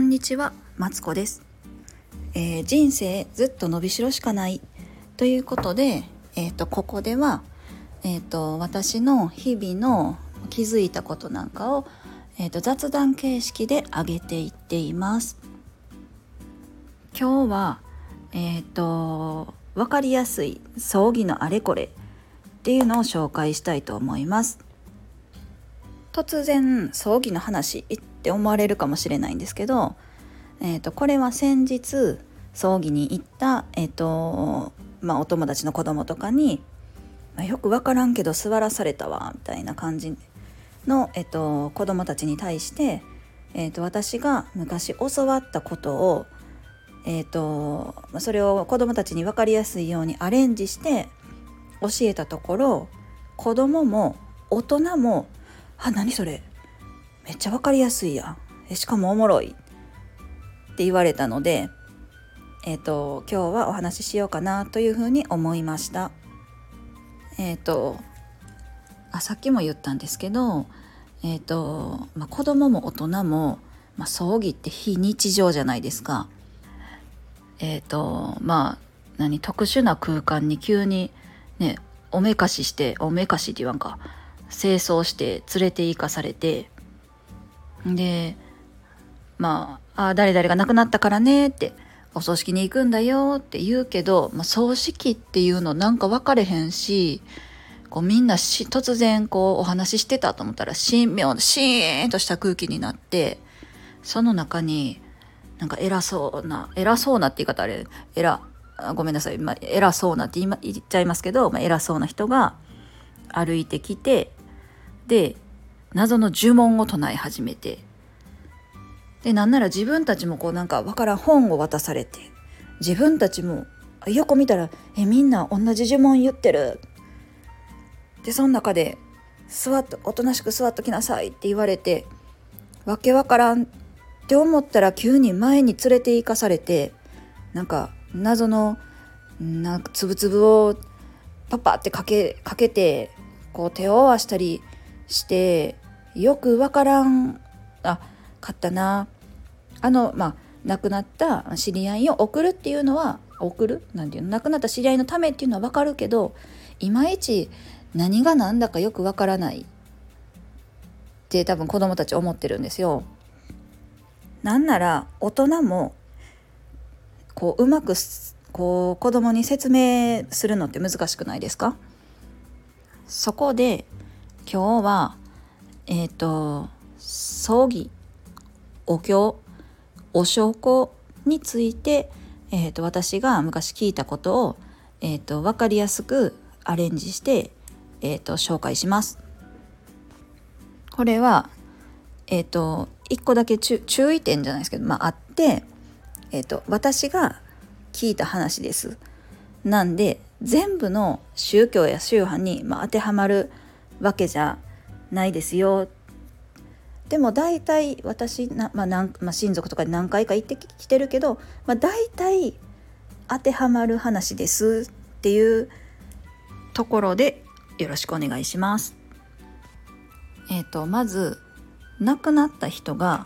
んにちは、マツコです。人生ずっと伸びしろしかないということで、ここでは、私の日々の気づいたことなんかを、雑談形式で上げていっています。今日は、分かりやすい葬儀のあれこれっていうのを紹介したいと思います。突然葬儀の話って思われるかもしれないんですけど、これは先日葬儀に行った、お友達の子供とかに、よくわからんけど座らされたわみたいな感じの、子供たちに対して、私が昔教わったことを、それを子供たちに分かりやすいようにアレンジして教えたところ、子供も大人も何それめっちゃ分かりやすいやん、しかもおもろいって言われたので、今日はお話ししようかなというふうに思いました。さっきも言ったんですけど、子供も大人も、葬儀って非日常じゃないですか。特殊な空間に急にね、おめかしって言わんか、清掃して連れて行かされて、で誰々が亡くなったからねってお葬式に行くんだよって言うけど、葬式っていうのなんか分かれへんし、みんな突然お話ししてたと思ったらシーンとした空気になって、その中になんか偉そうなって言い方あれ、ごめんなさい、偉そうなって言っちゃいますけど、偉そうな人が歩いてきて、で謎の呪文を唱え始めて、でなんなら自分たちもなんかわからん本を渡されて、自分たちも横見たらみんな同じ呪文言ってる。でその中でおとなしく座っときなさいって言われて、わけわからんって思ったら急に前に連れて行かされて、なんか謎のつぶつぶをパパってかけて手を合わしたりして、よくわからんかったな。亡くなった知り合いを送るっていうのは亡くなった知り合いのためっていうのはわかるけど、いまいち何が何だかよくわからないって多分子供たち思ってるんですよ。なんなら大人もうまく子供に説明するのって難しくないですか？そこで今日は葬儀、お経、お焼香について、私が昔聞いたことを、分かりやすくアレンジして、紹介します。これは一個だけ注意点じゃないですけど、あって、私が聞いた話です。なんで全部の宗教や宗派に、当てはまるわけじゃないですよ。でも大体私親族とかに何回か行ってきてるけど、大体当てはまる話ですっていうところでよろしくお願いします。まず亡くなった人が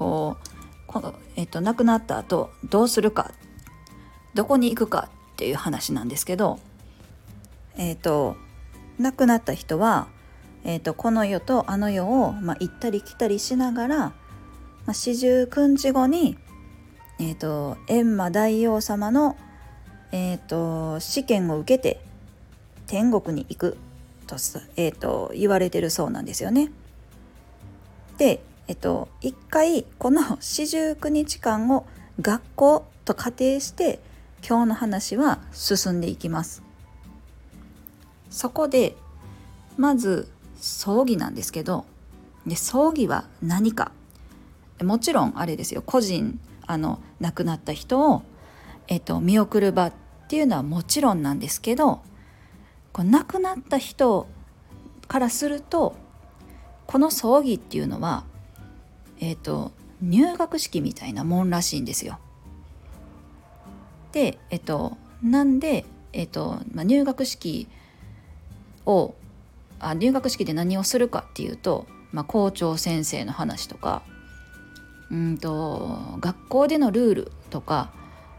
亡くなった後どうするか、どこに行くかっていう話なんですけど、亡くなった人は、この世とあの世を、行ったり来たりしながら、四十九日後に、閻魔大王様の、試験を受けて天国に行くと、言われてるそうなんですよね。で、一回この四十九日間を学校と仮定して今日の話は進んでいきます。そこでまず葬儀なんですけど、葬儀は何か、もちろんあれですよ、個人亡くなった人を、見送る場っていうのはもちろんなんですけど、亡くなった人からするとこの葬儀っていうのは、入学式みたいなもんらしいんですよ。で、なんで、入学式で何をするかっていうと、校長先生の話とか、 学校でのルールとか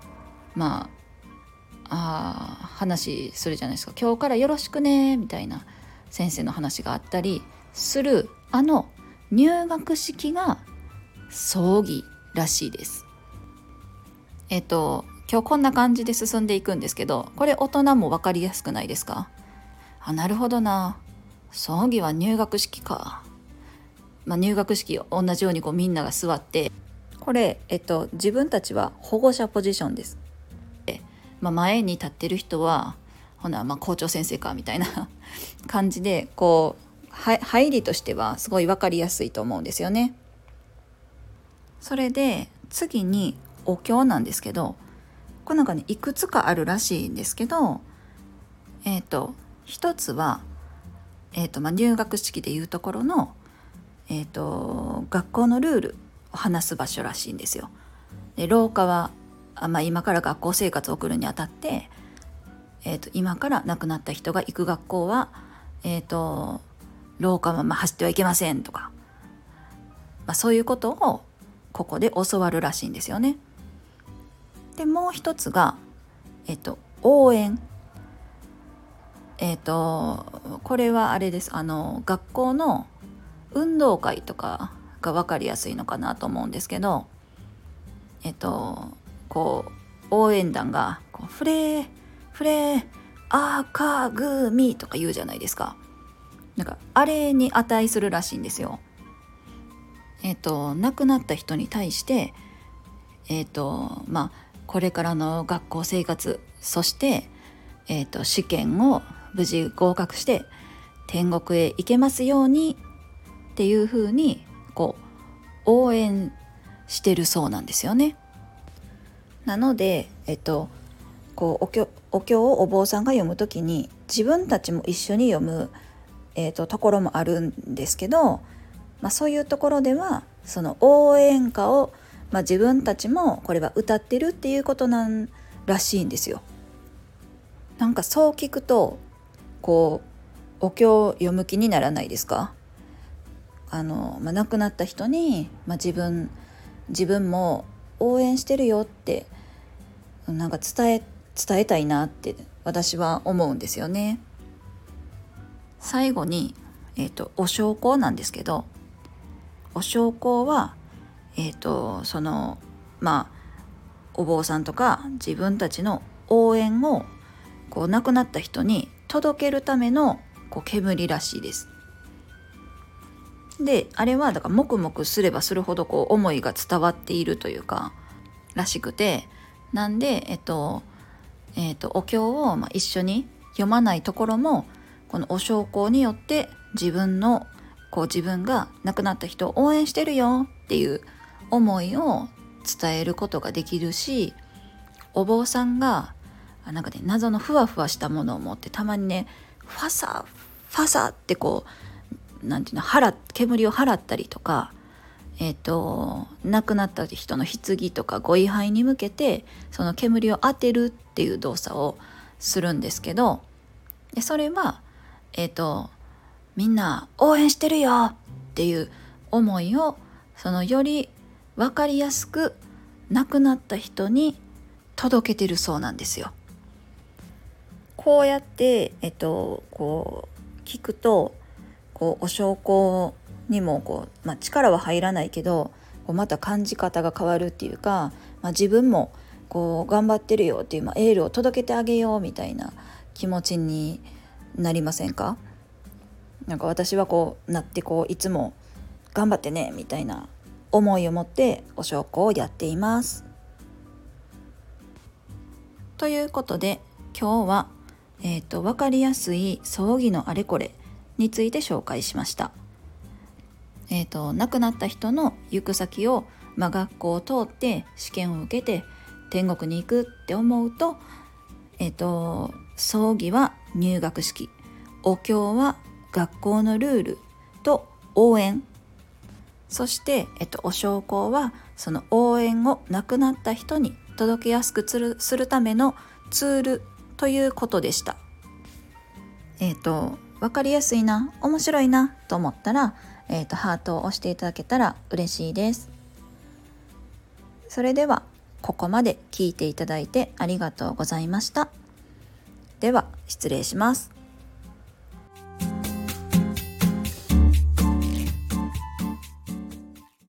話するじゃないですか。今日からよろしくねみたいな先生の話があったりする入学式が葬儀らしいです。今日こんな感じで進んでいくんですけど、これ大人も分かりやすくないですか？なるほどな、葬儀は入学式か。入学式同じようにみんなが座って、これ、自分たちは保護者ポジションです。前に立ってる人は校長先生かみたいな感じで入りとしてはすごい分かりやすいと思うんですよね。それで次にお経なんですけど、これいくつかあるらしいんですけど、一つは、入学式でいうところの、学校のルールを話す場所らしいんですよ。で廊下は今から学校生活を送るにあたって、今から亡くなった人が行く学校は、廊下は走ってはいけませんとか、そういうことをここで教わるらしいんですよね。でもう一つが、応援。これはあれです。学校の運動会とかが分かりやすいのかなと思うんですけど、応援団がフレーフレー赤組とか言うじゃないですか。あれに値するらしいんですよ。亡くなった人に対して、これからの学校生活、そして、試験を無事合格して天国へ行けますようにっていう風に応援してるそうなんですよね。なので、お経をお坊さんが読むときに自分たちも一緒に読む、ところもあるんですけど、そういうところではその応援歌を、自分たちもこれは歌ってるっていうことなんらしいんですよ。そう聞くとお経を読む気にならないですか？亡くなった人に、自分も応援してるよって伝えたいなって私は思うんですよね。最後に、お焼香なんですけど、お焼香は、お坊さんとか自分たちの応援を亡くなった人に届けるための煙らしいです。であれはだから黙々すればするほど思いが伝わっているというからしくて、なんでお経を一緒に読まないところもこのお焼香によって自分が亡くなった人を応援してるよっていう思いを伝えることができるし、お坊さんが謎のふわふわしたものを持ってたまにねファサファサってなんていうの煙を払ったりとか、亡くなった人の棺とかご遺灰に向けてその煙を当てるっていう動作をするんですけど、それはみんな応援してるよっていう思いをより分かりやすく亡くなった人に届けてるそうなんですよ。こうやって、聞くとお焼香にも力は入らないけどまた感じ方が変わるっていうか、自分も頑張ってるよっていう、エールを届けてあげようみたいな気持ちになりませんか？私はなっていつも頑張ってねみたいな思いを持ってお焼香をやっています。ということで今日は、分かりやすい葬儀のあれこれについて紹介しました。亡くなった人の行く先を、学校を通って試験を受けて天国に行くって思うと、葬儀は入学式、お経は学校のルールと応援、そして、お焼香はその応援を亡くなった人に届けやすくするためのツールということでした。分かりやすいな、面白いなと思ったら、ハートを押していただけたら嬉しいです。 それではここまで聞いていただいてありがとうございました。では失礼します。